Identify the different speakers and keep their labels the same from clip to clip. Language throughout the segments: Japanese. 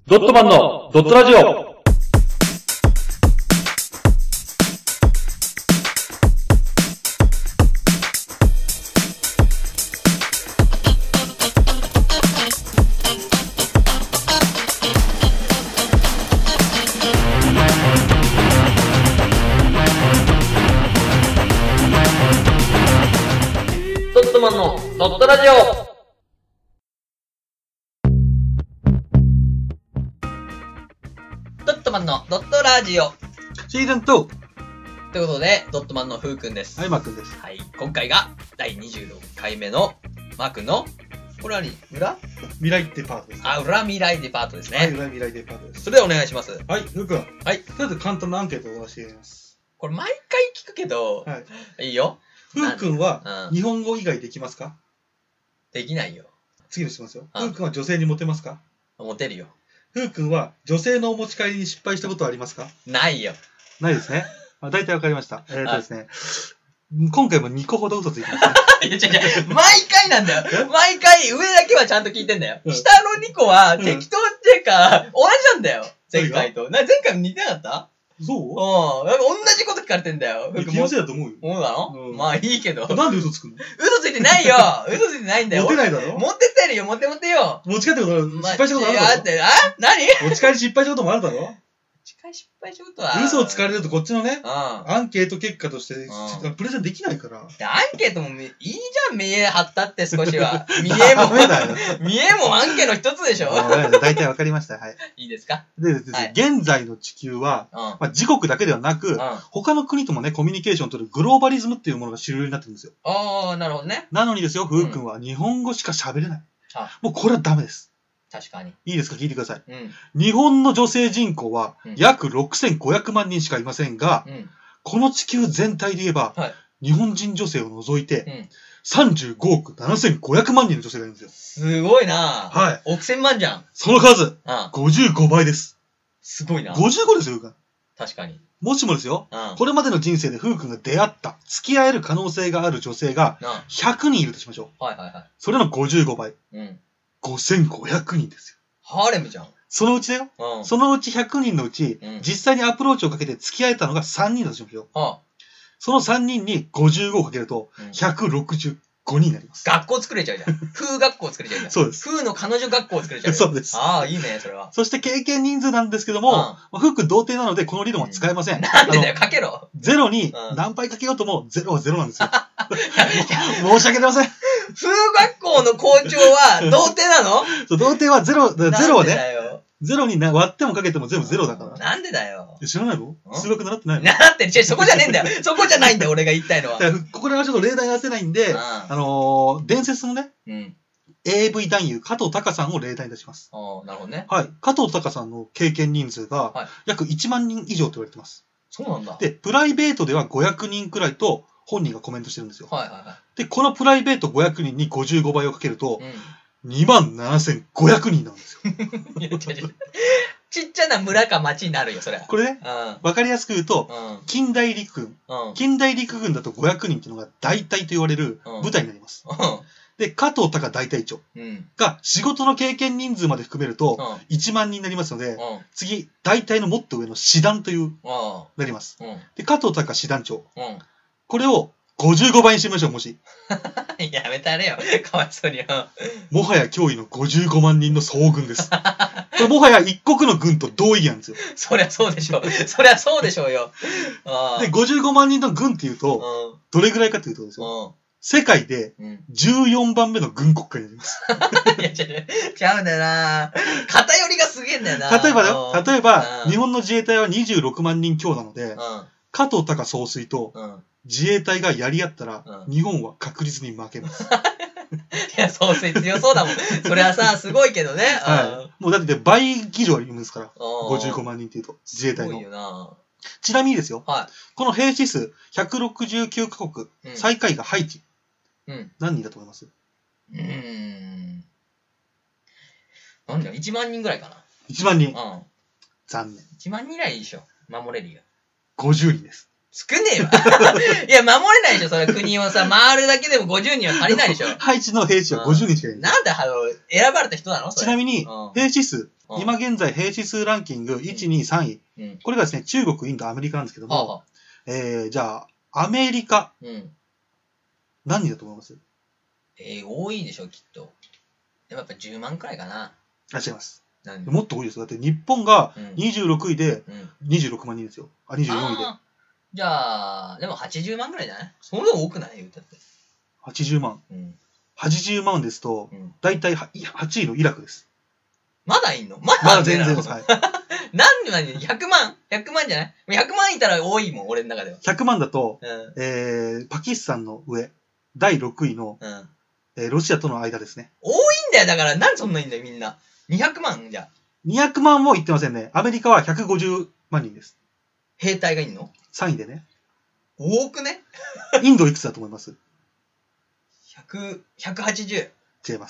Speaker 1: ドットマンのドットラジオ。
Speaker 2: ドットマンのドットラジオ。ドットマンのドットラジオ
Speaker 3: シーズン2。
Speaker 2: ということで、ドットマンのふうくんです。
Speaker 3: はい、マー君です。
Speaker 2: はい、今回が第26回目のマー君の、これは裏
Speaker 3: 未来デパートです。
Speaker 2: 裏未来デパートですね。
Speaker 3: はい、裏未来デパートです。
Speaker 2: それではお願いします。
Speaker 3: はい、ふうくん。
Speaker 2: はい。
Speaker 3: とりあえず簡単なアンケートをお出します。
Speaker 2: これ毎回聞くけど、
Speaker 3: はい。
Speaker 2: いいよ。
Speaker 3: ふうくんは、日本語以外できますか？
Speaker 2: できないよ。
Speaker 3: 次の質問ですよ。ふうくんは女性にモテますか？
Speaker 2: モテるよ。
Speaker 3: ふうくんは女性のお持ち帰りに失敗したことはありますか？
Speaker 2: ないよ。
Speaker 3: ないですね。大体わかりました。ですね。今回も2個ほど嘘ついてますね。
Speaker 2: いや、違う。毎回なんだよ。毎回上だけはちゃんと聞いてんだよ。下の2個は適当っていうか、同じなんだよ。前回と。前回も似てなかった？
Speaker 3: そう？
Speaker 2: 同じこと聞かれてんだよ。
Speaker 3: 気のせいだと思うよ。
Speaker 2: そうなの？まあいいけど。
Speaker 3: なんで嘘つくの？
Speaker 2: 嘘ついてないよ。嘘ついてないんだよ。
Speaker 3: モテないだろ？
Speaker 2: モテてるよ、モテよ。
Speaker 3: 持ち帰ったことある？失敗したことあるだろ？
Speaker 2: 何？
Speaker 3: 持ち帰り失敗したこともあるだろ？
Speaker 2: 失敗したことは。
Speaker 3: 嘘をつかれるとこっちのね、アンケート結果として、プレゼンできないから。
Speaker 2: アンケートもいいじゃん、見え張ったって少しは。見えもアンケートの一つでしょ。
Speaker 3: 大体わかりました。はい。
Speaker 2: いいですか？
Speaker 3: で、現在の地球は、自国だけではなく、他の国ともね、コミュニケーションを取るグローバリズムっていうものが主流になってるんですよ。
Speaker 2: なるほどね。
Speaker 3: なのにですよ、ふうくんは日本語しか喋れない。もうこれはダメです。
Speaker 2: 確かに。
Speaker 3: いいですか？聞いてください。日本の女性人口は約6500万人しかいませんが、この地球全体で言えば、日本人女性を除いて、35億7500万人の女性がいるんですよ。
Speaker 2: すごいな。
Speaker 3: はい。
Speaker 2: 億千万じゃん。
Speaker 3: その数、55倍です。
Speaker 2: すごいな。
Speaker 3: 55ですよ、ふうくん。
Speaker 2: 確かに。
Speaker 3: もしもですよ、これまでの人生でふうくんが出会った、付き合える可能性がある女性が100人いるとしましょう。それの55倍。5500人ですよ。
Speaker 2: ハーレムじゃん。
Speaker 3: そのうちだよ。そのうち100人のうち、実際にアプローチをかけて付き合えたのが3人だとしましょう。その3人に55をかけると、165人になります。
Speaker 2: 学校作れちゃうじゃん。風学校作れちゃうじゃん。
Speaker 3: そうです。
Speaker 2: 風の彼女学校作れちゃう。
Speaker 3: そうです。
Speaker 2: いいね、それは。
Speaker 3: そして経験人数なんですけども、ふうくん童貞なのでこの理論は使えません。
Speaker 2: なんでだよ、かけろ。
Speaker 3: ゼロに何倍かけようとも、ゼロはゼロなんですよ。申し訳ありません。
Speaker 2: 風学校の校長は童貞なの？
Speaker 3: そう、童貞はゼロはね、ゼロに割ってもかけても全部ゼロだから。
Speaker 2: なんでだよ。
Speaker 3: 知らないの？数学習ってないの？
Speaker 2: 習ってる。そこじゃねえんだよ。そこじゃないんだよ、俺が言いたいのは。
Speaker 3: ここらはちょっと例題がせないんで、伝説のね、AV 男優、加藤隆さんを例題に出します。
Speaker 2: なるほどね。
Speaker 3: はい。加藤隆さんの経験人数が、約1万人以上と言われてます。
Speaker 2: そうなんだ。
Speaker 3: で、プライベートでは500人くらいと、本人がコメントしてるんですよ。で、このプライベート500人に55倍をかけると、27,500人なんですよ。
Speaker 2: いや、違う。ちっちゃな村か町になるよ、それ。
Speaker 3: これね、わかりやすく言うと、近代陸軍。近代陸軍だと500人っていうのが大隊と言われる部隊になります。で、加藤隆大隊長が仕事の経験人数まで含めると1万人になりますので、次、大隊のもっと上の師団という、なります。で、加藤隆師団長。これを55倍にしてみましょう、もし。
Speaker 2: やめたれよ。かわいそうによ。
Speaker 3: もはや脅威の55万人の総軍です。これもはや一国の軍と同意義なんですよ。
Speaker 2: そりゃそうでしょ。そりゃそうでしょうよ。
Speaker 3: で、55万人の軍っていうと、どれぐらいかというとですよ。世界で14番目の軍国家になります。
Speaker 2: いや、ちゃうんだよな。偏りがすげえんだよな。
Speaker 3: 例えば、日本の自衛隊は26万人強なので、加藤隆総帥と自衛隊がやり合ったら、日本は確実に負けます。い
Speaker 2: や、総帥強そうだもん。それはさ、すごいけどね。
Speaker 3: もうだって倍以上いるんですから。55万人っていうと、自衛隊の。すごいよな。ちなみにですよ。この兵士数169カ国、最下位がハイチ。何人だと思います？
Speaker 2: なんだよ、1万人ぐらいかな。
Speaker 3: 1万人。残念。
Speaker 2: 1万人ぐらいでしょ。守れるよ。
Speaker 3: 50人です。
Speaker 2: 少ねえわ。いや、守れないでしょ、それ国をさ、回るだけでも50人は足りないでしょ。
Speaker 3: ハイチの兵士は50人しかいない。
Speaker 2: なんで、選ばれた人なの
Speaker 3: ちなみに、兵士数、今現在兵士数ランキング1、2、3位。これがですね、中国、インド、アメリカなんですけども、じゃあ、アメリカ、何人だと思います？
Speaker 2: 多いでしょ、きっと。でもやっぱ10万くらいかな。
Speaker 3: あ、違います。もっと多いですよ。だって日本が26位で26万人ですよ。あ、24位で。
Speaker 2: じゃあ、でも80万くらいじゃない？そんな多くないよ、だって。
Speaker 3: 80万。80万ですと、だいたい8位のイラクです。
Speaker 2: まだいんの？
Speaker 3: まだ全然です。はい。
Speaker 2: 何万人？ 100万 ?100 万じゃない？ 100 万いたら多いもん、俺の中では。
Speaker 3: 100万だと、パキスタンの上、第6位の、ロシアとの間ですね。
Speaker 2: 多いんだよ、だから、なんでそんないんだよ、みんな。200万じゃ。
Speaker 3: 200万も言ってませんね。アメリカは150万人です。
Speaker 2: 兵隊がいんの？
Speaker 3: 3 位でね。
Speaker 2: 多くね？
Speaker 3: インドいくつだと思います？
Speaker 2: 180。
Speaker 3: 違います。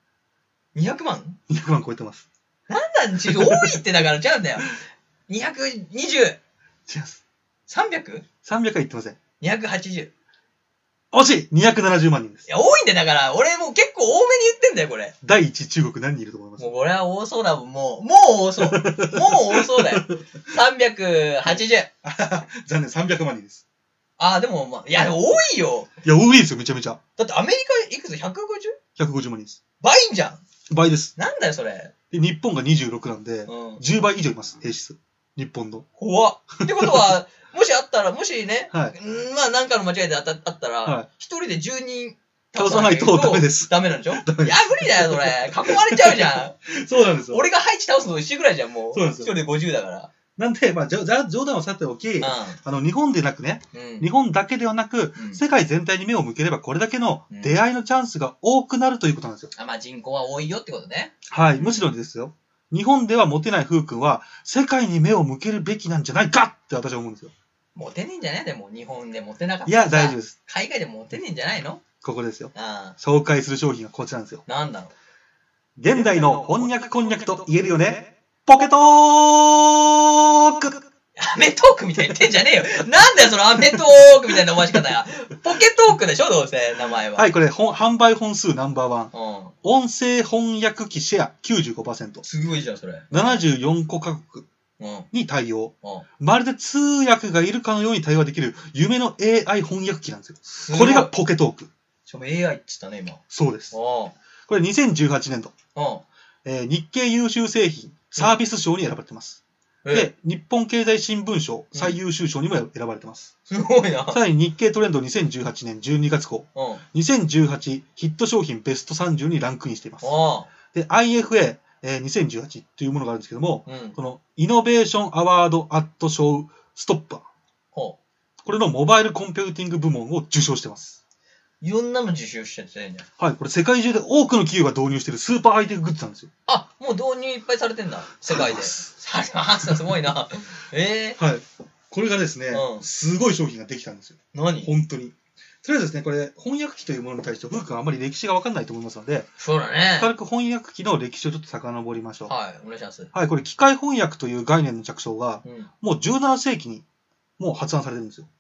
Speaker 2: 200万？
Speaker 3: 200 万超えてます。
Speaker 2: なん多いってだから違うんだよ。220。違い
Speaker 3: ます。
Speaker 2: 300？
Speaker 3: 300 は言ってません。
Speaker 2: 280。
Speaker 3: 惜しい !270 万人です。
Speaker 2: いや、多いんだよ、だから、俺もう結構多めに言ってんだよ、これ。
Speaker 3: 第1位中国何人いると思います？
Speaker 2: もうこれは多そうだもん、もう多そう。もう多そうだよ。380。
Speaker 3: 残念、300万人です。
Speaker 2: でも、まあ、いや、多いよ。
Speaker 3: いや、多いですよ、めちゃめちゃ。
Speaker 2: だってアメリカいくつ 150？
Speaker 3: 150万人です。
Speaker 2: 倍じゃん。
Speaker 3: 倍です。
Speaker 2: なんだよ、それ。
Speaker 3: で、日本が26なんで、10倍以上います、兵士数。日本の。
Speaker 2: 怖っ。ってことは、もしあったら、もしね、
Speaker 3: はい、
Speaker 2: まあなんかの間違いであったら、一人で10人
Speaker 3: 倒さないとダメです。
Speaker 2: ダメなんでしょ？いや、無理だよ、それ。囲まれちゃうじゃ
Speaker 3: ん。そうなんですよ。
Speaker 2: 俺がハイチ倒すのと一緒ぐらいじゃん、もう。
Speaker 3: そうですよ。
Speaker 2: 一人で50だから。
Speaker 3: なんで、まあ、冗談をさておき、日本でなくね、日本だけではなく、世界全体に目を向ければ、これだけの出会いのチャンスが多くなるということなんですよ。
Speaker 2: まあ人口は多いよってことね。
Speaker 3: はい、むしろですよ。日本ではモテない風君は、世界に目を向けるべきなんじゃないかって私は思うんですよ。
Speaker 2: モテねえんじゃない？でも、日本でモテなかった
Speaker 3: ら。いや、大丈夫です。
Speaker 2: 海外でモテねえんじゃないの？
Speaker 3: ここですよ。紹介する商品はこちらなんですよ。
Speaker 2: なんだろう。
Speaker 3: 現代の翻訳こんにゃくと言えるよね。ポケトーク！
Speaker 2: アメトークみたいに言ってんじゃねえよ。なんだよ、そのアメトークみたいな思わし方や。ポケトークでしょ、どうせ、名前は。
Speaker 3: はい、これ、販売本数ナンバーワン。音声翻訳機シェア 95%。
Speaker 2: すごいじゃん、それ。
Speaker 3: 74個カ国に対応。まるで通訳がいるかのように対話できる夢の AI 翻訳機なんですよ。これがポケトーク。
Speaker 2: しかも AI って言ったね、今。
Speaker 3: そうです。これ2018年度。日経優秀製品サービス賞に選ばれてます。で、日本経済新聞賞最優秀賞にも選ばれてます。
Speaker 2: すごいな。
Speaker 3: さらに日経トレンド2018年12月号。2018ヒット商品ベスト30にランクインしています。で、IFA 2018というものがあるんですけども、このイノベーションアワードアットショーストッパー。これのモバイルコンピューティング部門を受賞してます。
Speaker 2: いろんなの受賞しちゃってんじゃん。
Speaker 3: はい、これ世界中で多くの企業が導入しているスーパーハイテクグッズなんですよ。
Speaker 2: もう導入いっぱいされてんだ。世界で。されます。すごいな。はい。
Speaker 3: これがですね、すごい商品ができたんですよ。
Speaker 2: 何？
Speaker 3: 本当に。とりあえずですね、これ、翻訳機というものに対して、ふうくんあんまり歴史がわかんないと思いますので、
Speaker 2: そうだね。
Speaker 3: 軽く翻訳機の歴史をちょっと遡りましょう。
Speaker 2: はい、お願いします。
Speaker 3: はい、これ、機械翻訳という概念の着想が、もう17世紀にもう発案されてるんですよ。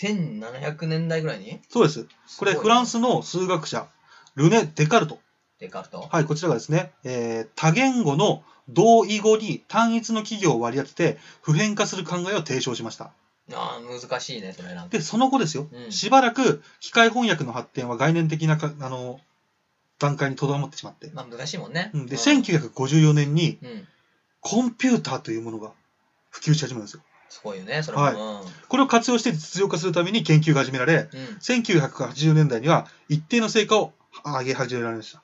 Speaker 2: 1700年代ぐらいに？
Speaker 3: そうです。これ、フランスの数学者、ルネ・デカルト。
Speaker 2: デカルト？
Speaker 3: はい、こちらがですね、多言語の同意語に単一の企業を割り当てて、普遍化する考えを提唱しました。
Speaker 2: 難しいね、それなん
Speaker 3: で、その後ですよ、しばらく機械翻訳の発展は概念的な段階にとどまってしまって。
Speaker 2: 難しいもんね。
Speaker 3: で、1954年に、コンピューターというものが普及し始めるんですよ。
Speaker 2: すごいよね、それも。はい。
Speaker 3: これを活用して実用化するために研究が始められ、1980年代には一定の成果を上げ始められました。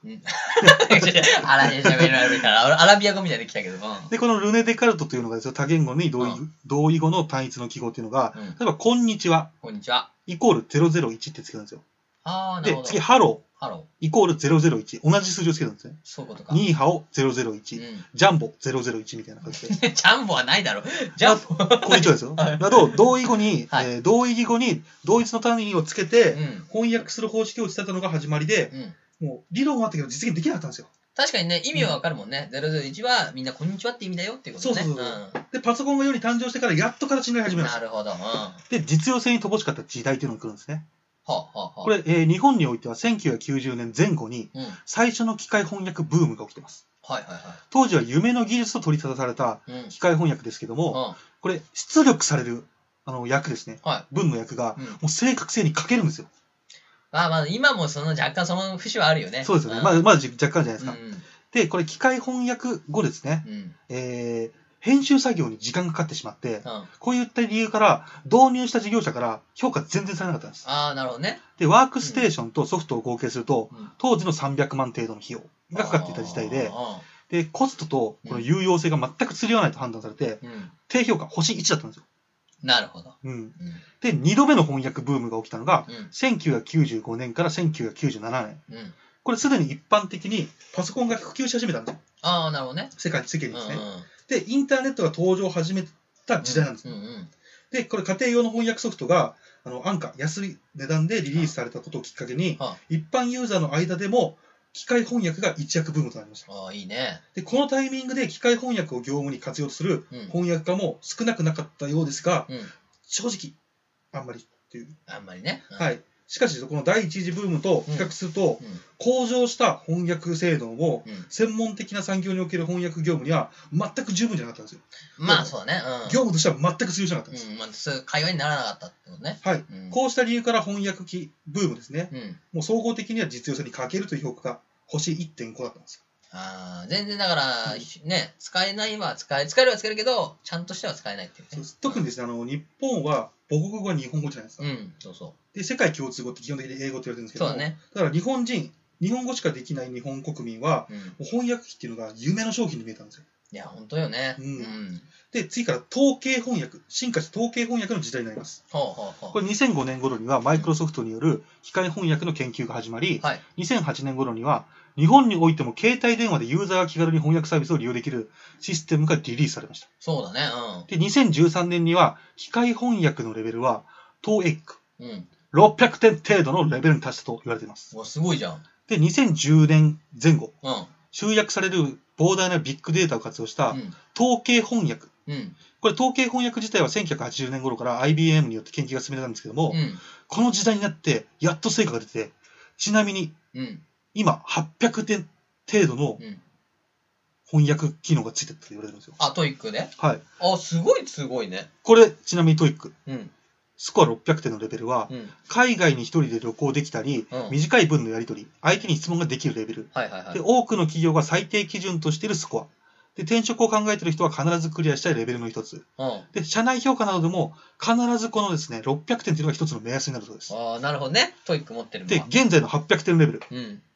Speaker 2: アラビア語みたいに来たけど。
Speaker 3: で、このルネ・デカルトというのがですよ、多言語に同意語の単一の記号というのが、例えば、こんにちは。
Speaker 2: こんにちは。
Speaker 3: イコール001ってつけるんですよ。で、次、ハロー。イコール001。同じ数字をつけるんですね。
Speaker 2: そういうことか。
Speaker 3: ニーハオ001。ジャンボ001みたいな感じで。
Speaker 2: ジャンボはないだろ。ジャンボ。
Speaker 3: こんにちはですよ。など、同意語に、同意義語に同一の単位をつけて、翻訳する方式を伝えたのが始まりで、もう理論はあったけど実現できなかったんですよ。
Speaker 2: 確かにね、意味はわかるもんね。001はみんなこんにちはって意味だよっていうことね。
Speaker 3: そう。で、パソコンが世に誕生してからやっと形になり始めました。
Speaker 2: なるほど。
Speaker 3: で、実用性に乏しかった時代っていうのが来るんですね。
Speaker 2: こ
Speaker 3: れ、日本においては1990年前後に最初の機械翻訳ブームが起きてます。当時は夢の技術と取り沙汰された機械翻訳ですけども、これ、出力される訳ですね。文の訳が、もう正確性に欠けるんですよ。
Speaker 2: まあ、今も若干その節はあるよね。
Speaker 3: そうですよね。まだ若干じゃないですか。で、これ、機械翻訳後ですね、編集作業に時間がかかってしまって、こういった理由から、導入した事業者から評価全然されなかったんです。
Speaker 2: なるほどね。
Speaker 3: で、ワークステーションとソフトを合計すると、当時の300万程度の費用がかかっていた時代で、で、コストとこの有用性が全く釣り合わないと判断されて、低評価、星1だったんですよ。
Speaker 2: なるほど。
Speaker 3: で、2度目の翻訳ブームが起きたのが、1995年から1997年。これすでに一般的にパソコンが普及し始めたんですよ。
Speaker 2: なるほどね。
Speaker 3: 世間にですね。で、インターネットが登場を始めた時代なんですよ。で、これ家庭用の翻訳ソフトが、安価、安い値段でリリースされたことをきっかけに、一般ユーザーの間でも、機械翻訳が一躍ブームとなりました。
Speaker 2: いいね。
Speaker 3: で、このタイミングで機械翻訳を業務に活用する翻訳家も少なくなかったようですが、正直、あんまりっていう。
Speaker 2: あんまりね。
Speaker 3: はい。しかし、この第一次ブームと比較すると、向上した翻訳制度も、専門的な産業における翻訳業務には全く十分じゃなかったんですよ。
Speaker 2: まあ、そうだね。
Speaker 3: 業務としては全く通用しなかったんです。
Speaker 2: そういう会話にならなかったってことね。
Speaker 3: はい。こうした理由から翻訳機ブームですね。もう総合的には実用性に欠けるという評価が星 1.5 だったんですよ。
Speaker 2: 全然だから、ね、使えないは使えるは使えるけど、ちゃんとしては使えないっていうね。
Speaker 3: 特にですね、日本は母国語は日本語じゃないですか。
Speaker 2: そうそう。
Speaker 3: で、世界共通語って基本的に英語って言われてるんですけど、
Speaker 2: そうだね。
Speaker 3: だから日本語しかできない日本国民は、翻訳機っていうのが夢の商品に見えたんですよ。
Speaker 2: いや、本当よね。
Speaker 3: で、次から統計翻訳、進化した統計翻訳の時代になります。これ2005年頃にはマイクロソフトによる機械翻訳の研究が始まり、2008年頃には日本においても携帯電話でユーザーが気軽に翻訳サービスを利用できるシステムがリリースされました。
Speaker 2: そうだね。
Speaker 3: で、2013年には機械翻訳のレベルは TOEIC、600点程度のレベルに達したと言われています。
Speaker 2: すごいじゃん。
Speaker 3: で、2010年前後、集約される膨大なビッグデータを活用した統計翻訳。これ統計翻訳自体は1980年頃から IBM によって研究が進められたんですけども、この時代になってやっと成果が出て、ちなみに今800点程度の翻訳機能がついてると言われてるんですよ。
Speaker 2: トイックね。
Speaker 3: はい。
Speaker 2: すごいね。
Speaker 3: これ、ちなみにトイック。スコア600点のレベルは、海外に一人で旅行できたり、短い文のやり取り、相手に質問ができるレベル。で、多くの企業が最低基準としているスコア。で、転職を考えている人は必ずクリアしたいレベルの一つ。で、社内評価などでも、必ずこのですね、600点というのが一つの目安になるそうです。
Speaker 2: なるほどね。トイック持ってるの
Speaker 3: で、現在の800点レベル。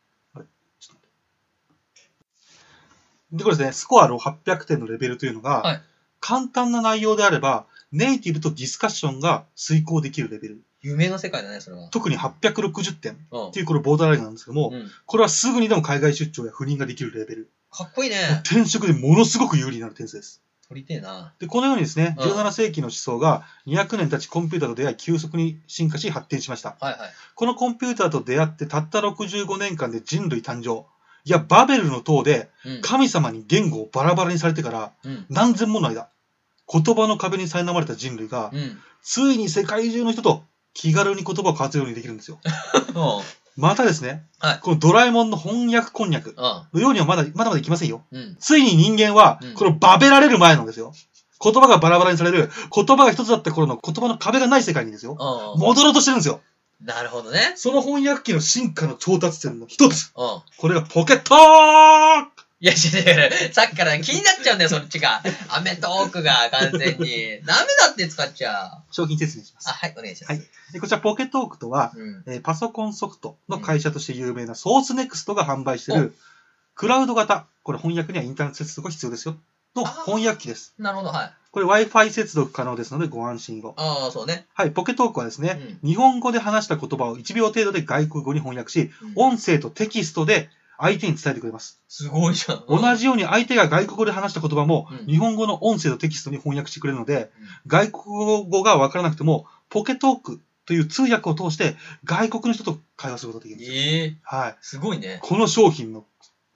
Speaker 3: で、これですね、スコアの800点のレベルというのが、簡単な内容であれば、ネイティブとディスカッションが遂行できるレベル。
Speaker 2: 夢の世界だね、それは。
Speaker 3: 特に860点っていうこれボーダーラインなんですけども、これはすぐにでも海外出張や赴任ができるレベル。
Speaker 2: かっこいいね。
Speaker 3: 転職でものすごく有利になる点数です。
Speaker 2: 取りてえな。
Speaker 3: で、このようにですね、17世紀の思想が200年経ちコンピューターと出会い急速に進化し発展しました。このコンピューターと出会ってたった65年間で人類誕生。いや、バベルの塔で神様に言語をバラバラにされてから何千もの間、言葉の壁に苛まれた人類が、ついに世界中の人と気軽に言葉を交わすようにできるんですよ。またですね、このドラえもんの翻訳こんにゃくのようにはまだいきませんよ。ついに人間は、このバベられる前のですよ。言葉がバラバラにされる、言葉が一つだった頃の言葉の壁がない世界にですよ。戻ろうとしてるんですよ。
Speaker 2: なるほどね。
Speaker 3: その翻訳機の進化の調達点の一つ。これがポケットーク。
Speaker 2: いや、さっきから気になっちゃうんだよ、そっちが。アメトークが完全に。ダメだって使っちゃう。
Speaker 3: 商品説明します。
Speaker 2: はい、お願いします。
Speaker 3: こちらポケトークとは、パソコンソフトの会社として有名なソースネクストが販売している、クラウド型、これ翻訳にはインターネット接続が必要ですよ、の翻訳機です。
Speaker 2: なるほど、はい。
Speaker 3: これ Wi-Fi 接続可能ですのでご安心を。
Speaker 2: そうね。
Speaker 3: はい、ポケトークはですね、日本語で話した言葉を1秒程度で外国語に翻訳し、音声とテキストで相手に伝えてくれます。
Speaker 2: すごいじゃん。
Speaker 3: 同じように相手が外国語で話した言葉も、日本語の音声とテキストに翻訳してくれるので、外国語がわからなくても、ポケトークという通訳を通して外国の人と会話することができるんですよ。
Speaker 2: はい。すごいね。
Speaker 3: この商品の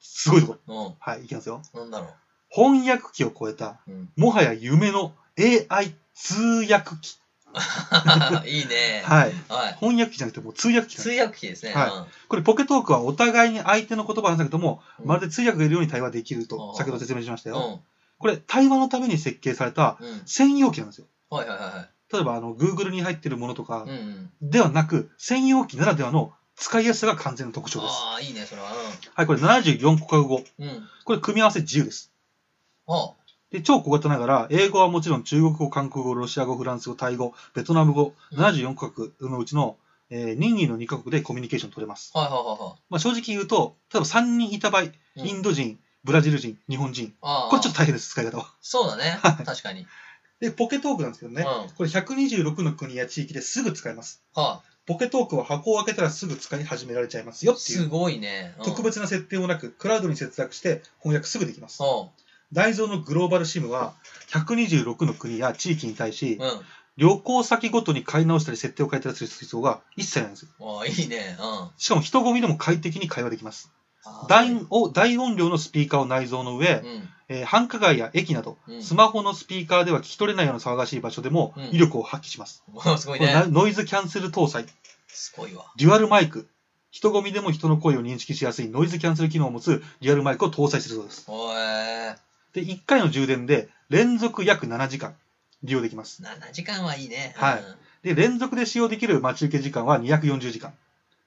Speaker 3: すごいところ。はい、いきますよ。
Speaker 2: なんだろう。
Speaker 3: 翻訳機を超えた、もはや夢の AI 通訳機。
Speaker 2: いいね。
Speaker 3: はい。翻訳機じゃなくてもう通訳機。
Speaker 2: 通訳機ですね。
Speaker 3: はい。これポケトークはお互いに相手の言葉を話さなくても、まるで通訳がいるように対話できると、先ほど説明しましたよ。これ、対話のために設計された専用機なんですよ。はいはいはい。例えば、Google に入ってるものとか、ではなく、専用機ならではの使いやすさが完全な特徴です。
Speaker 2: ああ、いいね、それは。
Speaker 3: はい、これ74個国語。これ、組み合わせ自由です。で、超小型ながら、英語はもちろん中国語、韓国語、ロシア語、フランス語、タイ語、ベトナム語、74カ国のうちの、任意の2カ国でコミュニケーション取れます。はいはいはい。まあ正直言うと、例えば3人いた場合、インド人、ブラジル人、日本人。これちょっと大変です、使い方は。
Speaker 2: そうだね。確かに。
Speaker 3: で、ポケトークなんですけどね。これ126の国や地域ですぐ使えます。ポケトークは箱を開けたらすぐ使い始められちゃいますよっていう。
Speaker 2: すごいね。
Speaker 3: 特別な設定もなく、クラウドに接続して翻訳すぐできます。内蔵のグローバルシムは126の国や地域に対し、旅行先ごとに買い直したり設定を変えたりする必要が一切ないんですよ。
Speaker 2: ああ、いいね。
Speaker 3: しかも人混みでも快適に会話できます。大音量のスピーカーを内蔵の上、繁華街や駅など、スマホのスピーカーでは聞き取れないような騒がしい場所でも威力を発揮します。
Speaker 2: すごいね。
Speaker 3: ノイズキャンセル搭載。
Speaker 2: すごいわ。
Speaker 3: デュアルマイク。人混みでも人の声を認識しやすいノイズキャンセル機能を持つデュアルマイクを搭載するそうです。で、1回の充電で連続約7時間利用できます。
Speaker 2: 7時間はいいね。
Speaker 3: はい。で、連続で使用できる待ち受け時間は240時間。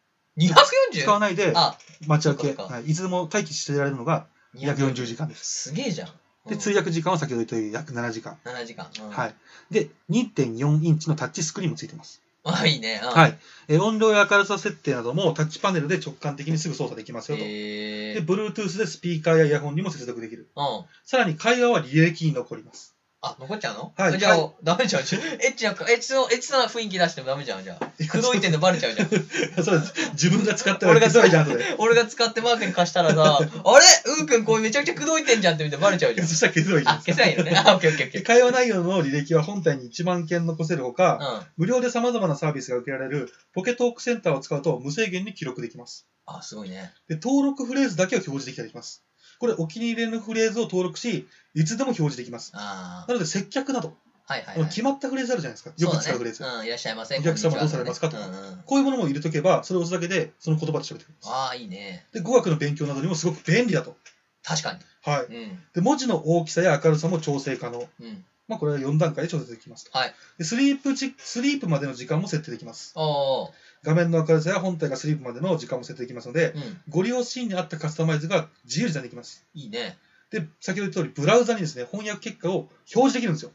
Speaker 2: 240?
Speaker 3: 使わないで待ち受け、いつでも待機してられるのが240時間です。
Speaker 2: すげえじゃん。
Speaker 3: で、通訳時間は先ほど言ったように約7時間。
Speaker 2: 7時間。
Speaker 3: はい。で、2.4 インチのタッチスクリーンもついてます。
Speaker 2: あ、いいね。
Speaker 3: はい。音量や明るさ設定などもタッチパネルで直感的にすぐ操作できますよと。で、Bluetooth でスピーカーやイヤホンにも接続できる。さらに会話は履歴に残ります。
Speaker 2: あ、残っちゃうの？はい。じゃあ、ダメじゃん。エッチな雰囲気出してもダメじゃん、じゃあ。口説いてんのバレちゃうじゃん。
Speaker 3: そうです。自分が使って
Speaker 2: 俺が使ってマークに貸したらさ、あれウーくんこうめちゃくちゃ口説いてんじゃんって見てバレちゃうじゃん。
Speaker 3: そしたら消せばいいじゃん。
Speaker 2: 消せないよね。あ、オッケーオッケーオッケー。
Speaker 3: 会話内容の履歴は本体に1万件残せるほか、無料で様々なサービスが受けられるポケトークセンターを使うと無制限に記録できます。
Speaker 2: あ、すごいね。
Speaker 3: で、登録フレーズだけを表示できたりします。これ、お気に入りのフレーズを登録し、いつでも表示できます。なので、接客など、決まったフレーズあるじゃないですか。よく使うフレーズ。
Speaker 2: いらっしゃいませ。
Speaker 3: お客様どうされますかとか。こういうものも入れとけば、それを押すだけで、その言葉で喋ってくれます。
Speaker 2: ああ、いいね。
Speaker 3: で、語学の勉強などにもすごく便利だと。
Speaker 2: 確かに。
Speaker 3: はい。で、文字の大きさや明るさも調整可能。まあ、これは4段階で調整できますと。はい。で、スリープまでの時間も設定できます。画面の明るさや本体がスリープまでの時間も設定できますので、ご利用シーンに合ったカスタマイズが自由にできます。
Speaker 2: いいね。
Speaker 3: で、先ほど言った通り、ブラウザにですね、翻訳結果を表示できるんですよ。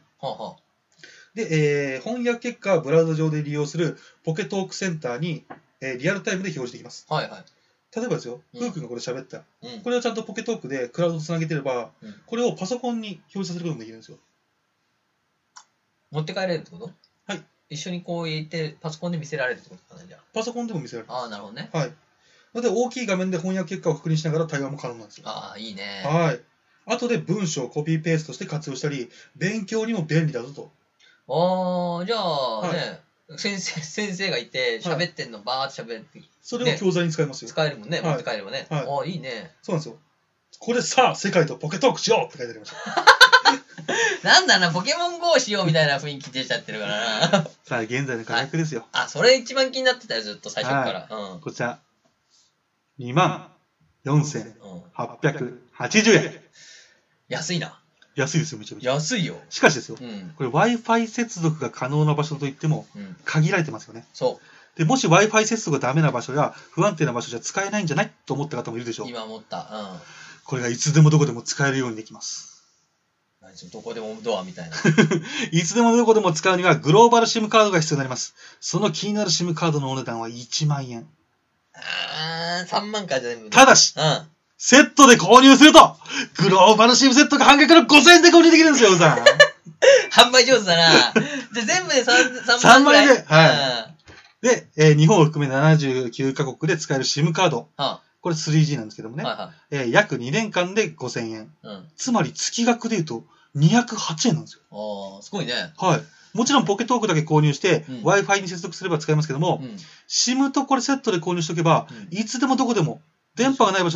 Speaker 3: で、翻訳結果はブラウザ上で利用するポケトークセンターに、リアルタイムで表示できます。はいはい。例えばですよ、ふうくんがこれ喋った。これをちゃんとポケトークでクラウドとつなげてれば、これをパソコンに表示させることもできるんですよ。
Speaker 2: 持って帰れるってこと？
Speaker 3: はい。
Speaker 2: 一緒にこう入れて、パソコンで見せられるってことかな、じゃあ。
Speaker 3: パソコンでも見せられる。
Speaker 2: ああ、なるほどね。
Speaker 3: はい。なので、大きい画面で翻訳結果を確認しながら対話も可能なんですよ。
Speaker 2: ああ、いいね。
Speaker 3: はい。後で文章をコピーペーストして活用したり、勉強にも便利だぞと。
Speaker 2: ああ、じゃあね、先生がいて、喋ってんの、バーって喋って。
Speaker 3: それを教材に使えますよ。
Speaker 2: 使えるもんね、持って帰ればね。ああ、いいね。
Speaker 3: そうなんですよ。これさあ、世界とポケトークしようって書いてありました。
Speaker 2: なんだな、ポケモン GO しようみたいな雰囲気出ちゃってるからな。
Speaker 3: さあ、現在の価格ですよ。
Speaker 2: あ、それ一番気になってたよ、ずっと最初から。
Speaker 3: こちら、24,880円。
Speaker 2: 安いな。
Speaker 3: 安いですよ、めちゃめちゃ。
Speaker 2: 安いよ。
Speaker 3: しかしですよ、これ Wi-Fi 接続が可能な場所といっても、限られてますよね。
Speaker 2: そう。
Speaker 3: で、もし Wi-Fi 接続がダメな場所や不安定な場所じゃ使えないんじゃないと思った方もいるでしょう。
Speaker 2: 今思った。
Speaker 3: これがいつでもどこでも使えるようにできます。
Speaker 2: どこでもドアみたいな。
Speaker 3: いつでもどこでも使うにはグローバル SIM カードが必要になります。その気になる SIM カードのお値段は1万円。
Speaker 2: 3万か全部。
Speaker 3: ただし、セットで購入すると、グローバル SIM セットが半額の5000円で購入できるんですよ、さん。
Speaker 2: 販売上手だな。じゃ全部で3万円で。
Speaker 3: はい。で、日本を含め79カ国で使える SIM カード。これ 3G なんですけどもね。約2年間で5000円。つまり月額で言うと208円なんですよ。
Speaker 2: すごいね。
Speaker 3: はい。もちろんポケトークだけ購入して、Wi-Fi に接続すれば使えますけども、SIM とこれセットで購入しておけば、いつでもどこでも、電波がない場所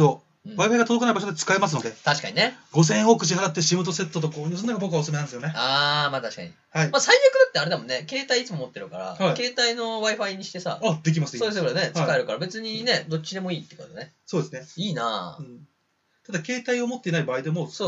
Speaker 3: Wi-Fi が届かない場所で使えますので。
Speaker 2: 確かにね。
Speaker 3: 5000円多く支払って SIM とセットと購入するのが僕はおすすめなんですよね。
Speaker 2: まあ確かに。
Speaker 3: はい。
Speaker 2: まあ最悪だってあれだもんね。携帯いつも持ってるから、携帯の Wi-Fi にしてさ。
Speaker 3: できます。
Speaker 2: そうすればね、使えるから別にね、どっちでもいいってことね。
Speaker 3: そうですね。
Speaker 2: いいなぁ。
Speaker 3: ただ携帯を持っていない場合でも。
Speaker 2: そう。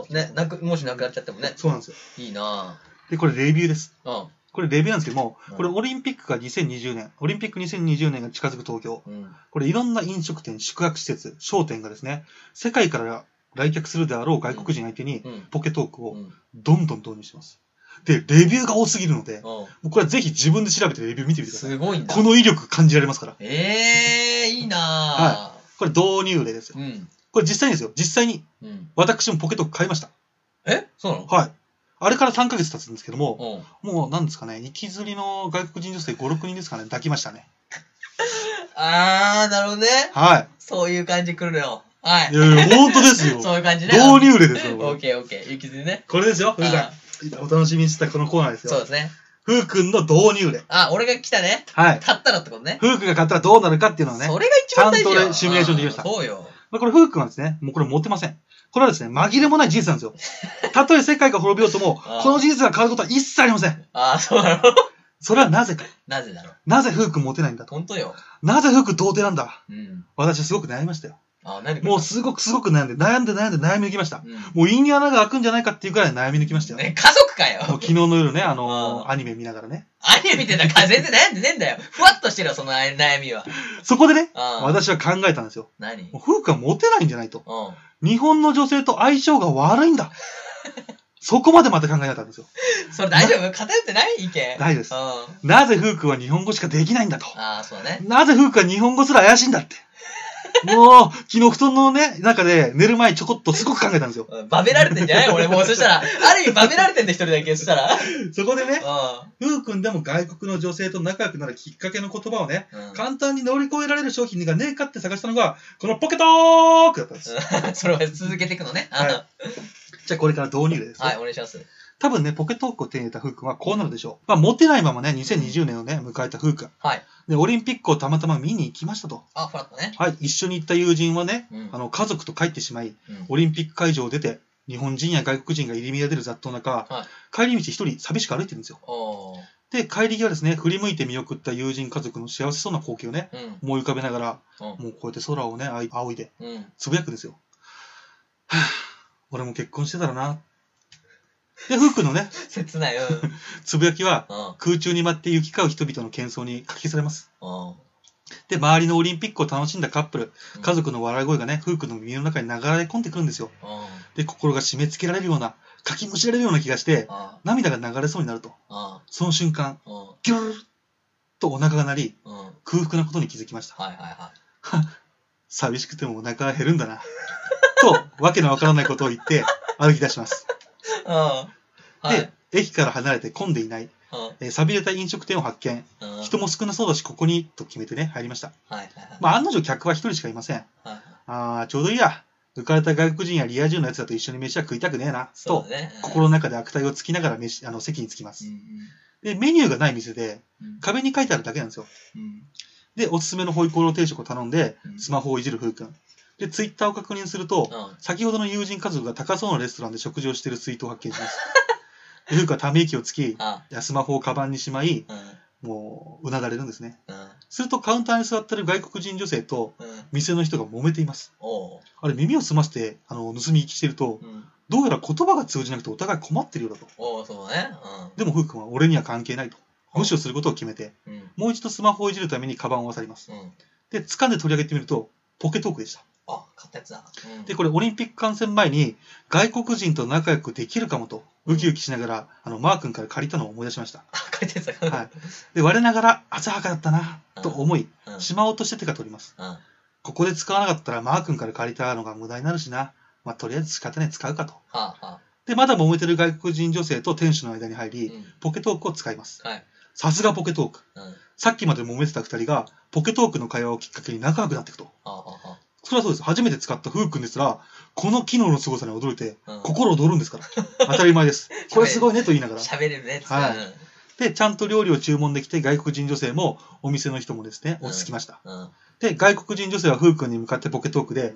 Speaker 2: ね、もしなくなっちゃってもね。
Speaker 3: そうなんですよ。
Speaker 2: いいな
Speaker 3: ぁ。で、これレビューです。これレビューなんですけども、
Speaker 2: うん
Speaker 3: これオリンピックが2020年、オリンピック2020年が近づく東京、これいろんな飲食店、宿泊施設、商店がですね、世界から来客するであろう外国人相手にポケトークをどんどん導入してます。で、レビューが多すぎるので、もうこれはぜひ自分で調べてレビュー見てみてください。
Speaker 2: すごいんだ。
Speaker 3: この威力感じられますから。
Speaker 2: いいなぁ。
Speaker 3: はい。これ導入例ですよ。これ実際にですよ。実際に、私もポケトーク買いました。
Speaker 2: そうなの？
Speaker 3: はい。あれから3ヶ月経つんですけども、もう何ですかね、行きずりの外国人女性5、6人ですかね、抱きましたね。
Speaker 2: なるほどね。はい。そういう感じ来るよ。はい。
Speaker 3: いやいや、本当ですよ。
Speaker 2: そういう感じね。
Speaker 3: 導入例ですよ。
Speaker 2: オッケー。行きずりね。
Speaker 3: これですよ、ふうさん。お楽しみにしてたこのコーナーですよ。
Speaker 2: そうですね。
Speaker 3: ふうくんの導入例。
Speaker 2: 俺が来たね。
Speaker 3: はい。
Speaker 2: 買ったらってことね。
Speaker 3: ふうくんが買ったらどうなるかっていうのをね。
Speaker 2: それが一番大事よ。
Speaker 3: ちゃんとシミュレーションできました。
Speaker 2: そうよ。
Speaker 3: これふうくんはですね、もうこれ持ってません。これはですね、紛れもない事実なんですよ。たとえ世界が滅びようとも、この事実が変わることは一切ありません。
Speaker 2: そうなの？
Speaker 3: それはなぜか。
Speaker 2: なぜだろう。
Speaker 3: なぜふうくん持てないんだと。
Speaker 2: 本当よ。
Speaker 3: なぜふうくん童貞なんだ。私はすごく悩みましたよ。もうすごく悩んで悩み抜きました。もう胃に穴が開くんじゃないかっていうくらい悩み抜きましたよ。
Speaker 2: ね、家族かよ。
Speaker 3: もう昨日の夜ね、アニメ見ながらね。
Speaker 2: アニメ見てんだから全然悩んでねえんだよ。ふわっとしてるよ、その悩みは。
Speaker 3: そこでね、私は考えたんですよ。
Speaker 2: 何？
Speaker 3: ふうくんはモテないんじゃないと。日本の女性と相性が悪いんだ。そこまでまた考えたんですよ。
Speaker 2: それ大丈夫？偏ってない意見？
Speaker 3: 大丈夫です。なぜふうくんは日本語しかできないんだと。
Speaker 2: そうね。
Speaker 3: なぜふうくんは日本語すら怪しいんだって。もう、昨日布団のね、中で寝る前にちょこっとすごく考えたんですよ。
Speaker 2: バベられてんじゃない俺もうそしたら、ある意味バベられてんだ一人だけ、そしたら。
Speaker 3: そこでね、ふうくんでも外国の女性と仲良くなるきっかけの言葉をね、簡単に乗り越えられる商品がねえかって探したのが、このポケトークだったんです。
Speaker 2: それを続けていくのね。
Speaker 3: じゃあこれから導入例です。
Speaker 2: はい、お願いします。
Speaker 3: 多分ね、ポケトークを手に入れたふうくんはこうなるでしょう。モテないままね、2020年をね、迎えたふうくん。
Speaker 2: はい。
Speaker 3: で、オリンピックをたまたま見に行きましたと。
Speaker 2: フラットね。
Speaker 3: はい。一緒に行った友人はね、家族と帰ってしまい、オリンピック会場を出て、日本人や外国人が入り乱れる雑踏の中、帰り道一人寂しく歩いてるんですよ。で、帰り際ですね、振り向いて見送った友人家族の幸せそうな光景をね、思い浮かべながら、もうこうやって空をね、仰いで、つぶやくんですよ。はぁ、俺も結婚してたらな。で、フックのね、
Speaker 2: 切ない、
Speaker 3: つぶやきは、空中に舞って行き交う人々の喧騒にかき消されます。で、周りのオリンピックを楽しんだカップル、家族の笑い声がね、フックの耳の中に流れ込んでくるんですよ。で、心が締め付けられるような、かきむしられるような気がして、涙が流れそうになると。その瞬間、ギュルルッとお腹が鳴り、空腹なことに気づきました。寂しくてもお腹が減るんだな。と、わけのわからないことを言って歩き出します。で、駅から離れて混んでいない、寂れた飲食店を発見。人も少なそうだし、ここに、と決めてね、入りました。案の定客は一人しかいません。ちょうどいいや。浮かれた外国人やリア充のやつらと一緒に飯は食いたくねえな。と、心の中で悪態をつきながら席に着きます。で、メニューがない店で、壁に書いてあるだけなんですよ。で、おすすめのホイコーロー定食を頼んで、スマホをいじる風君。で、ツイッターを確認すると、先ほどの友人家族が高そうなレストランで食事をしているツイートを発見します。で、風君はため息をつき、スマホをカバンにしまい、もう、うなだれるんですね。すると、カウンターに座っている外国人女性と、店の人が揉めています。あれ、耳を澄まして、盗み聞きしてると、どうやら言葉が通じなくてお互い困ってるようだと。でも、風君は俺には関係ないと。無視をすることを決めて、もう一度スマホをいじるためにカバンを漁ります。で、掴んで取り上げてみると、ポケトークでした。
Speaker 2: 買ったやつだ。
Speaker 3: で、これオリンピック観戦前に外国人と仲良くできるかもと、ウキウキしながら、マー君から借りたのを思い出しました。
Speaker 2: 借りたやつだ。
Speaker 3: はい。で、我ながら浅はかだったな、と思い、しまおうとして手が取ります。ここで使わなかったらマー君から借りたのが無駄になるしな。とりあえず仕方ね、使うかと。で、まだ揉めてる外国人女性と店主の間に入り、ポケトークを使います。さすがポケトーク。さっきまで揉めてた二人が、ポケトークの会話をきっかけに仲良くなっていくと。それはそうです。初めて使った風君ですら、この機能の凄さに驚いて、心躍るんですから。当たり前です。これすごいねと言いながら。
Speaker 2: 喋れるね。
Speaker 3: で、ちゃんと料理を注文できて、外国人女性も、お店の人もですね、落ち着きました。で、外国人女性は風君に向かってポケトークで、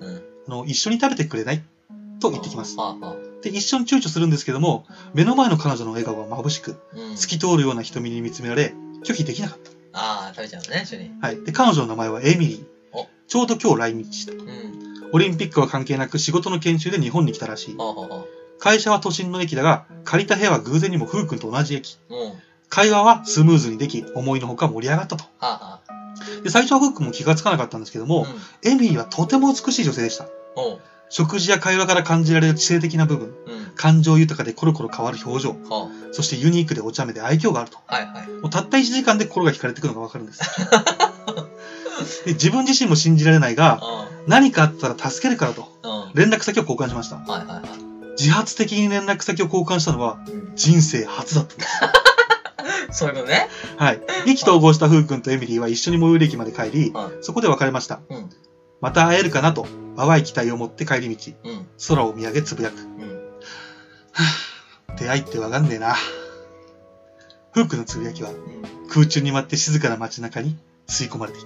Speaker 3: 一緒に食べてくれないと言ってきます。
Speaker 2: はあはあ、
Speaker 3: で、一緒に躊躇するんですけども、目の前の彼女の笑顔が眩しく、透き通るような瞳に見つめられ、拒否できなかった。
Speaker 2: ああ、食べちゃうのね、一緒に。
Speaker 3: はい。で、彼女の名前はエミリー。ちょうど今日来日した。オリンピックは関係なく仕事の研修で日本に来たらしい。会社は都心の駅だが、借りた部屋は偶然にもフー君と同じ駅。会話はスムーズにでき、思いのほか盛り上がったと。で、最初はフー君も気がつかなかったんですけども、エミリーはとても美しい女性でした。食事や会話から感じられる知性的な部分、感情豊かでコロコロ変わる表情、そしてユニークでお茶目で愛嬌があると。もうたった1時間で心が惹かれてくるのがわかるんです。で、自分自身も信じられないが、何かあったら助けるからと、連絡先を交換しました。自発的に連絡先を交換したのは、人生初だったんです。
Speaker 2: そういうことね。
Speaker 3: はい。意気投合したフー君とエミリーは一緒に最寄り駅まで帰り、そこで別れました。また会えるかなと、淡い期待を持って帰り道、空を見上げつぶやく。出会いってわかんねえな。フー君のつぶやきは、空中に舞って静かな街中に吸い込まれていった。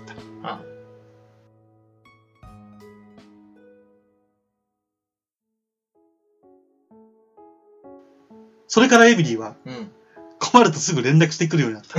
Speaker 3: それからエミリーは、困るとすぐ連絡してくるようになった。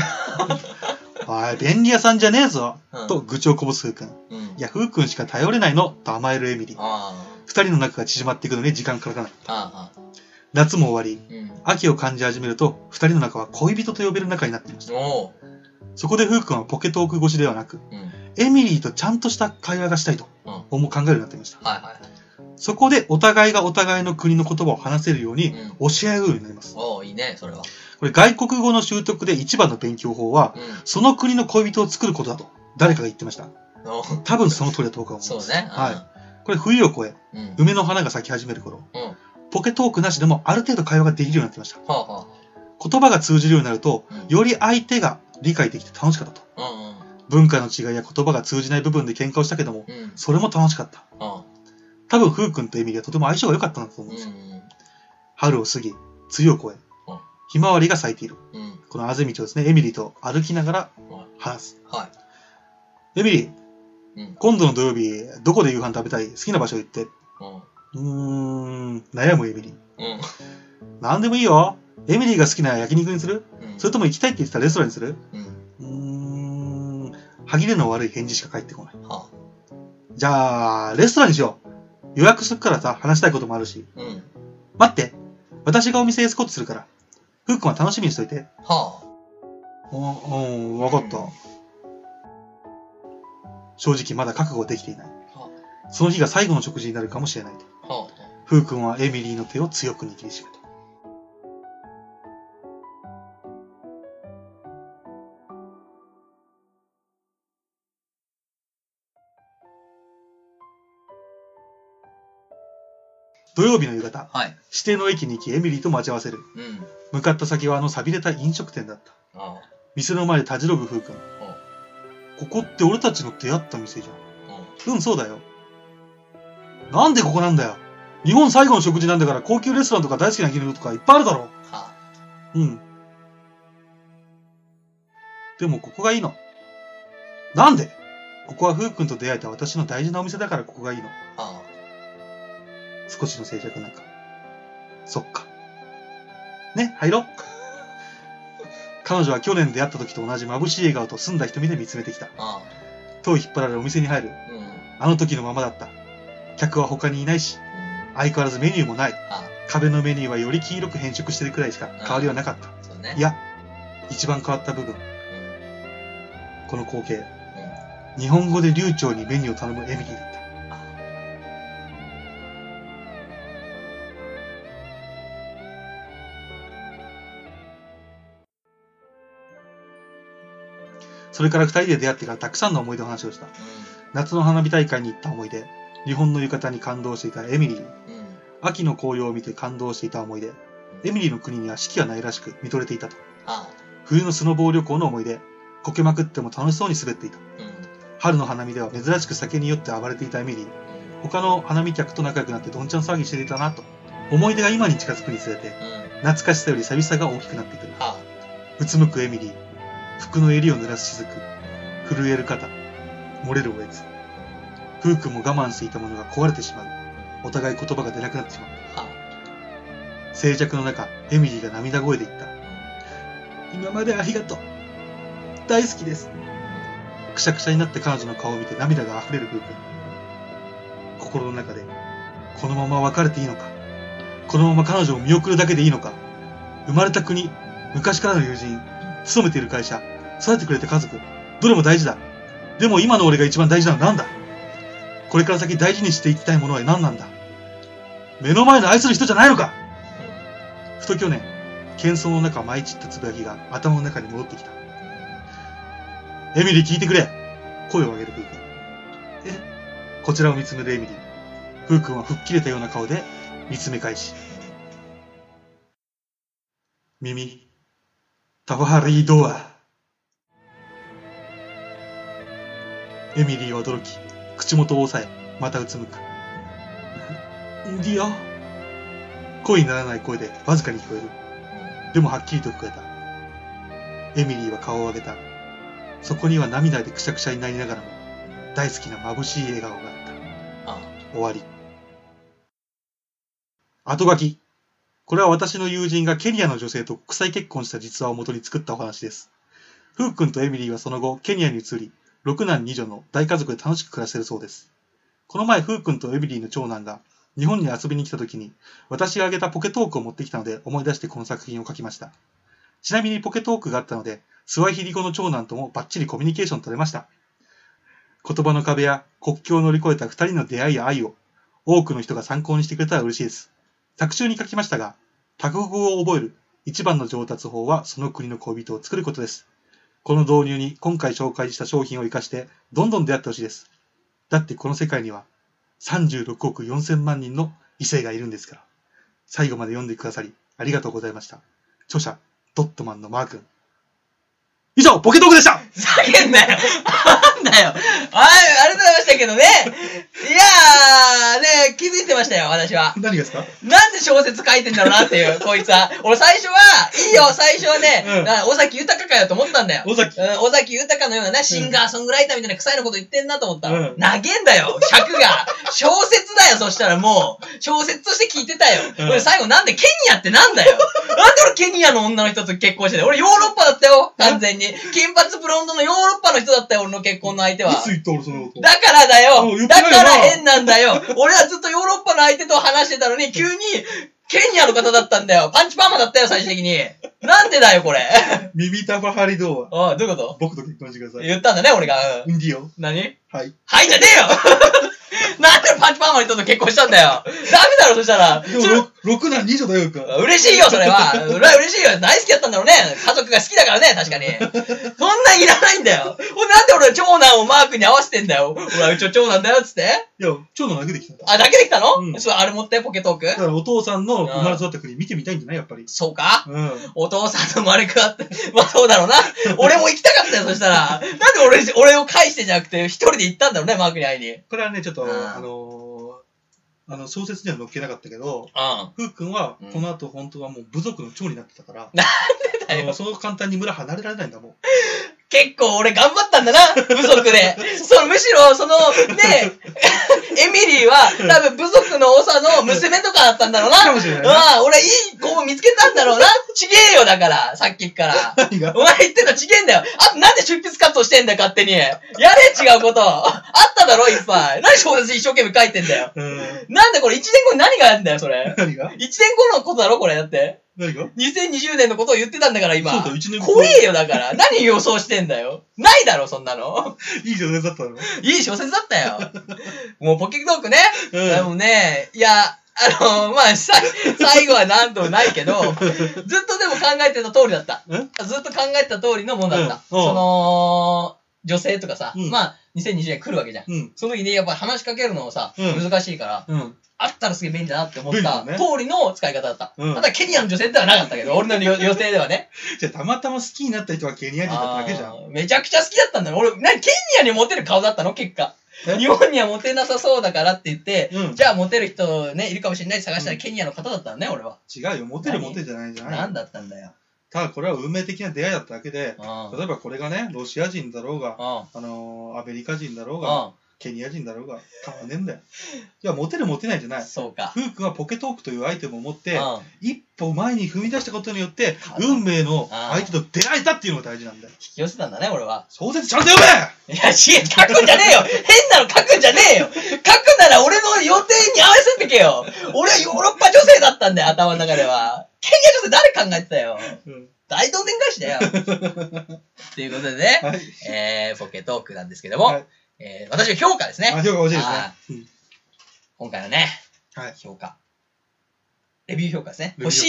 Speaker 3: おい、便利屋さんじゃねえぞ、と愚痴をこぼすフー君。いや、フー君しか頼れないの、と甘えるエミリー。二人の仲が縮まっていくのに時間かからない。夏も終わり、秋を感じ始めると、二人の仲は恋人と呼べる仲になっていました。そこでフー君はポケトーク越しではなく、エミリーとちゃんとした会話がしたいと考えるようになっていました。そこでお互いがお互いの国の言葉を話せるように教え合うようになります。
Speaker 2: いいね、それは。
Speaker 3: これ外国語の習得で一番の勉強法は、その国の恋人を作ることだと誰かが言ってました。多分その通りだと僕は思います。
Speaker 2: そうね。
Speaker 3: はい。これ冬を越え、梅の花が咲き始める頃、ポケトークなしでもある程度会話ができるようになってました。言葉が通じるようになると、より相手が理解できて楽しかったと。文化の違いや言葉が通じない部分で喧嘩をしたけども、それも楽しかった。多分、フー君とエミリーはとても相性が良かったんだと思うんですよ。春を過ぎ、梅雨を越え、ひまわりが咲いている。このあぜ道をですね、エミリーと歩きながら話す。エミリー、今度の土曜日、どこで夕飯食べたい？好きな場所行って。悩むエミリー。なんでもいいよ。エミリーが好きな焼肉にする？それとも行きたいって言ってたレストランにする？歯切れの悪い返事しか返ってこない。じゃあ、レストランにしよう。予約するからさ、話したいこともあるし。待って。私がお店エスコートするから。フー君は楽しみにしといて。わかった。正直まだ覚悟できていない。その日が最後の食事になるかもしれないと。フー君はエミリーの手を強く握りしめた。土曜日の夕方、指定の駅に行きエミリーと待ち合わせる。向かった先は寂れた飲食店だった。店の前でたじろぐフー君。ここって俺たちの出会った店じゃん。そうだよ。なんでここなんだよ。日本最後の食事なんだから高級レストランとか大好きな牛乳とかいっぱいあるだろ。でもここがいいの。なんで？ここはフー君と出会えた私の大事なお店だからここがいいの。少しの静寂なんか。そっか。ね、入ろう。彼女は去年出会った時と同じ眩しい笑顔と澄んだ瞳で見つめてきた。手を引っ張られお店に入る。あの時のままだった。客は他にいないし、相変わらずメニューもない。壁のメニューはより黄色く変色してるくらいしか変わりはなかった。いや、一番変わった部分。この光景。日本語で流暢にメニューを頼むエミリーだった。それから二人で出会ってからたくさんの思い出の話をした。夏の花火大会に行った思い出、日本の浴衣に感動していたエミリー、秋の紅葉を見て感動していた思い出、エミリーの国には四季はないらしく見とれていたと。冬のスノボー旅行の思い出、こけまくっても楽しそうに滑っていた。春の花見では珍しく酒に酔って暴れていたエミリー、他の花見客と仲良くなってどんちゃん騒ぎしていたなと。思い出が今に近づくにつれて、懐かしさより寂しさが大きくなってくる。うつむくエミリー、服の襟を濡らす雫、震える肩、漏れるおえつ。フー君も我慢していたものが壊れてしまう。 お互い言葉が出なくなってしまった。静寂の中、エミリーが涙声で言った。今までありがとう。大好きです。くしゃくしゃになった彼女の顔を見て涙が溢れる風君。心の中で、このまま別れていいのか、このまま彼女を見送るだけでいいのか、生まれた国、昔からの友人、勤めている会社、育ててくれた家族、どれも大事だ。でも今の俺が一番大事なのは何だ？これから先大事にしていきたいものは何なんだ？目の前の愛する人じゃないのか？ふと去年、喧騒の中舞い散ったつぶやきが頭の中に戻ってきた。エミリー聞いてくれ！声を上げるフー君。こちらを見つめるエミリー。フー君は吹っ切れたような顔で見つめ返し。耳、タバハリードア。エミリーは驚き、口元を押さえ、またうつむく。ディオ。声にならない声でわずかに聞こえる。でもはっきりと聞こえた。エミリーは顔を上げた。そこには涙でくしゃくしゃになりながらも、大好きな眩しい笑顔があった。終わり。後書き。これは私の友人がケニアの女性と国際結婚した実話をもとに作ったお話です。フー君とエミリーはその後、ケニアに移り、6男2女の大家族で楽しく暮らしているそうです。この前、フー君とエミリーの長男が日本に遊びに来た時に、私が挙げたポケトークを持ってきたので思い出してこの作品を書きました。ちなみにポケトークがあったので、スワヒリ語の長男ともバッチリコミュニケーション取れました。言葉の壁や国境を乗り越えた2人の出会いや愛を多くの人が参考にしてくれたら嬉しいです。作中に書きましたが、多国語を覚える一番の上達法はその国の恋人を作ることです。この導入に今回紹介した商品を活かしてどんどん出会ってほしいです。だってこの世界には36億4000万人の異性がいるんですから。最後まで読んでくださりありがとうございました。著者、ドットマンのマー君。以上、ポケトークでした。
Speaker 2: ふざけんなよ。なんだよ。ありがとうございましたけどね。いやー、ね、気づいてましたよ、私は。
Speaker 3: 何がですか？
Speaker 2: なんで小説書いてんだろうなっていう、こいつは。俺最初は、いいよ、最初はね、尾崎豊かよと思ったんだよ。尾崎豊のようなね、シンガーソングライターみたいな臭いのこと言ってんなと思ったら、長えんだよ、尺が。小説だよ、そしたらもう。小説として聞いてたよ。俺最後なんで、ケニアってなんだよ。なんで俺ケニアの女の人と結婚してんだよ。俺ヨーロッパだったよ、完全に。金髪ブロンドのヨーロッパの人だったよ、俺の結婚の相手は。
Speaker 3: いつ言った俺そのこと。
Speaker 2: だからだよ。だから変なんだよ。俺はずっとヨーロッパの相手と話してたのに、急にケニアの方だったんだよ。パンチパーマだったよ、最終的に。なんでだよ、これ。
Speaker 3: 耳たばはりどう
Speaker 2: ああ、どういうこと？
Speaker 3: 僕と結婚してください。
Speaker 2: 言ったんだね、俺が。
Speaker 3: うんでよ。
Speaker 2: 何？
Speaker 3: はい。
Speaker 2: はいじゃねえよなんでパンチパーマの人と結婚したんだよ。ダメだろ、そしたら。
Speaker 3: でも、6男2女だよ、か。
Speaker 2: 嬉しいよ、それは。嬉しいよ。大好きだったんだろうね。家族が好きだからね、確かに。そんなんいらないんだよ。なんで俺長男をマークに合わせてんだよ。俺はうちの長男だよ、つって。
Speaker 3: いや、長男だけできたんだ。
Speaker 2: あ、だけできたの？
Speaker 3: そう、
Speaker 2: あれ持って、ポケトーク。
Speaker 3: だからお父さんの生まれ育った国見てみたいんじゃないやっぱり。
Speaker 2: そうか？お父さんの生まれ変わって。まあそうだろうな。俺も行きたかったよ、そしたら。なんで俺を返してじゃなくて、一人で行ったんだろうね、マークに会いに。
Speaker 3: これはね、ちょっと、小説には載っけなかったけど、ふうくんは、この後本当はもう部族の長になってたから、
Speaker 2: なんでだよ。
Speaker 3: そう簡単に村離れられないんだもん。
Speaker 2: 結構俺頑張ったんだな、部族で。むしろ、ね、エミリーは、多分部族の長の娘とかだったんだろうな。
Speaker 3: かもしれないな。
Speaker 2: 俺いい子を見つけたんだろうな。ちげえよ、だから、さっきから。
Speaker 3: 何が？
Speaker 2: お前言ってんのちげえんだよ。あとなんで出筆活動してんだよ、勝手に。やれ、違うこと。あっただろ、いっぱい。何小説一生懸命書いてんだよ。なんでこれ1年後に何があるんだよ、それ。
Speaker 3: 何が？
Speaker 2: 1年後のことだろ、これ、だって。
Speaker 3: 何が
Speaker 2: ?2020 年のことを言ってたんだから、今。
Speaker 3: そうだ、1年後。
Speaker 2: 怖えよ、だから。何予想してんだよ。ないだろ、そんなの。
Speaker 3: いい小説だったの？
Speaker 2: いい小説だったよ。もうポケトークね。でもね、いや、まあ、最後はなんともないけど、ずっとでも考えてた通りだった。ずっと考えてた通りのもんだった。女性とかさ、まあ、2020年来るわけじゃん。その時にやっぱ話しかけるのもさ、難しいから、あったらすげえ便利だなって思った通りの使い方だった。ただケニアの女性ではなかったけど、俺の予定ではね。
Speaker 3: じゃあたまたま好きになった人がケニア人だっただけじゃん。
Speaker 2: めちゃくちゃ好きだったんだよ。俺、ケニアにモテる顔だったの結果。日本にはモテなさそうだからって言って、じゃあモテる人ね、いるかもしれないって探したらケニアの方だったのね、俺は。
Speaker 3: 違うよ、モテるじゃないじゃない。
Speaker 2: 何だったんだよ。
Speaker 3: ただこれは運命的な出会いだっただけで、例えばこれがね、ロシア人だろうが、アメリカ人だろうが、 ケニア人だろうが変わんねえんだよ。いや、モテるモテないじゃない。
Speaker 2: そうか。
Speaker 3: フー君はポケトークというアイテムを持って、一歩前に踏み出したことによって、運命の相手と出会えたっていうのが大事なんだよ。
Speaker 2: 引き寄せたんだね、俺は。
Speaker 3: 小説ちゃんと読め！
Speaker 2: いや、書くんじゃねえよ！変なの書くんじゃねえよ！書くなら俺の予定に合わせてけよ！俺はヨーロッパ女性だったんだよ、頭の中では。ケニア女性誰考えてたよ。大どんでん返しだよ。ということでね、はい、ポケトークなんですけども、はい、私の評価ですね。
Speaker 3: 評価欲しいですね。
Speaker 2: 今回のね、
Speaker 3: はい、
Speaker 2: 評価。レビュー評価ですね。星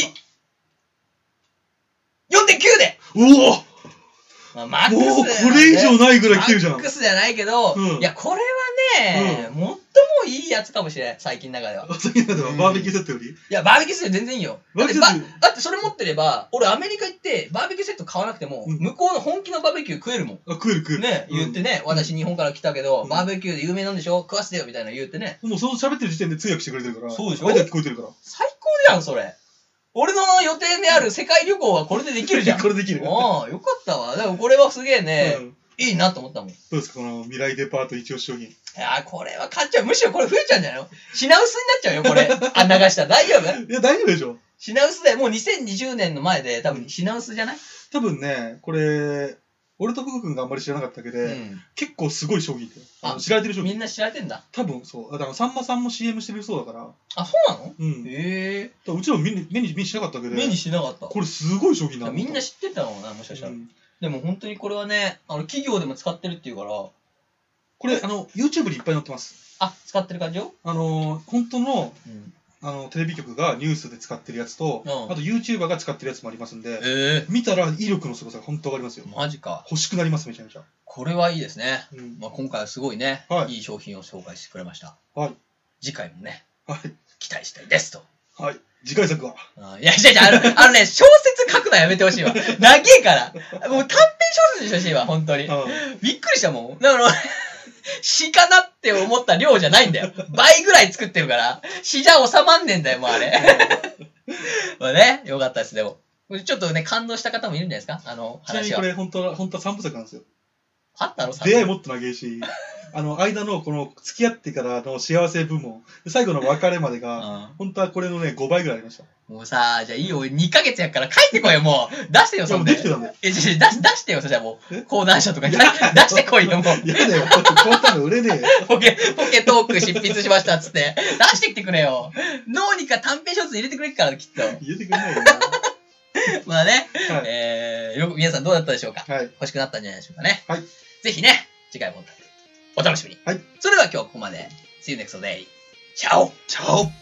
Speaker 2: 4.9 で
Speaker 3: うお
Speaker 2: マックス、ね。
Speaker 3: もうこれ以上ないぐらい来てるじゃん。
Speaker 2: マックスじゃないけど、いや、これはね、最もいいやつかもしれない。最近の中では。
Speaker 3: 最近の中ではバーベキューセットより？
Speaker 2: いや、バーベキューセット全然いいよ。だってそれ持ってれば、俺アメリカ行ってバーベキューセット買わなくても、向こうの本気のバーベキュー食えるもん。
Speaker 3: 食える。
Speaker 2: ね、言ってね、私日本から来たけど、バーベキューで有名なんでしょ食わせてよみたいな言ってね。
Speaker 3: もうその喋ってる時点で通訳してくれてるから。
Speaker 2: そうでしょ？
Speaker 3: 聞こえてるから。
Speaker 2: 最高じゃん、それ。俺の予定である世界旅行はこれでできるじゃん。
Speaker 3: これできる。
Speaker 2: ああ、よかったわ。でもこれはすげえね、いいなと思ったもん。
Speaker 3: どうですか、この未来デパート一押し商品。
Speaker 2: いやこれは買っちゃう。むしろこれ増えちゃうんじゃないの？品薄になっちゃうよ、これ。流したら大丈夫？
Speaker 3: いや、大丈夫でしょ。
Speaker 2: 品薄だよ。もう2020年の前で多分品薄じゃない？
Speaker 3: 多分ね、これ、俺と福君があんまり知らなかっただけで、結構すごい商品だよ。知られてる商品。
Speaker 2: みんな知られてんだ。
Speaker 3: 多分そう。だからさんまさんも CM してるそうだから。
Speaker 2: あ、そうなの？
Speaker 3: へえ。うちらも目にしなかったけど。
Speaker 2: 目にしなかった。
Speaker 3: これすごい商品なんだ。
Speaker 2: みんな知ってたのかな、もしかしたら。でも本当にこれはね、企業でも使ってるっていうから。こ
Speaker 3: れ、YouTube にいっぱい載ってます。
Speaker 2: あ、使ってる感じよ？
Speaker 3: 本当の、テレビ局がニュースで使ってるやつと、あと YouTuber が使ってるやつもありますんで、見たら威力の凄さが本当わかりますよ。
Speaker 2: マジか。
Speaker 3: 欲しくなります、めちゃめちゃ。
Speaker 2: これはいいですね。今回はすごいね、いい商品を紹介してくれました。はい。次回もね、期待したいですと。
Speaker 3: はい。次回作は？
Speaker 2: いや、あのね、小説書くのやめてほしいわ。長えから。もう短編小説にしてほしいわ、本当に。びっくりしたもん。だから、詩かなって思った量じゃないんだよ。倍ぐらい作ってるから、詩じゃ収まんねえんだよ、もうあれ。まあね、よかったです、でも。ちょっとね、感動した方もいるんじゃないですか、話は。
Speaker 3: ちなみにこれ、本当は3部作なんですよ。
Speaker 2: あったの？
Speaker 3: 出会いもっと長いし、間のこの付き合ってからの幸せ部門、最後の別れまでが、本当はこれのね、5倍ぐらいありました。
Speaker 2: もうさ、じゃあいいよ、2ヶ月やから書いてこいよ、もう。出してよ、そん
Speaker 3: で。できてたんだよ。
Speaker 2: 出してよ、それじゃあもう。講談社とか出してこいよ、もう。
Speaker 3: いやだよ、このため売れねえよ。
Speaker 2: ポケトーク執筆しましたっつって。出してきてくれよ。どうにか短編小説入れてくれっから、きっと。
Speaker 3: 入れてくれないよな。
Speaker 2: まあね、皆さんどうだったでしょうか？欲しくなったんじゃないでしょうかね。ぜひね、次回もお楽しみに。それでは今日はここまで。See you next day. チャオ！
Speaker 3: チャオ！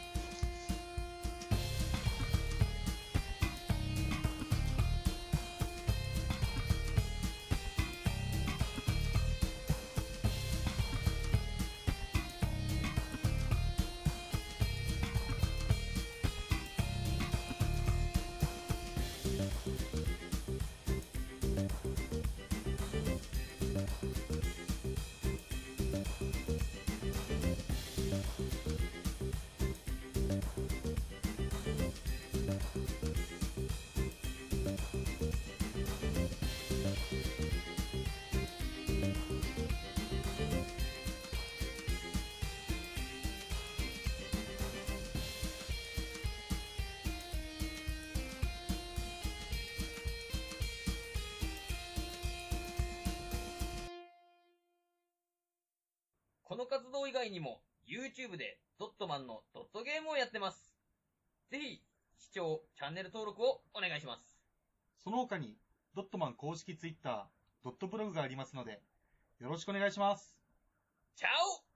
Speaker 2: この活動以外にも YouTube でドットマンのドットゲームをやってます。ぜひ視聴、チャンネル登録をお願いします。
Speaker 3: その他にドットマン公式 Twitter、ドットブログがありますのでよろしくお願いします。
Speaker 2: チャオ！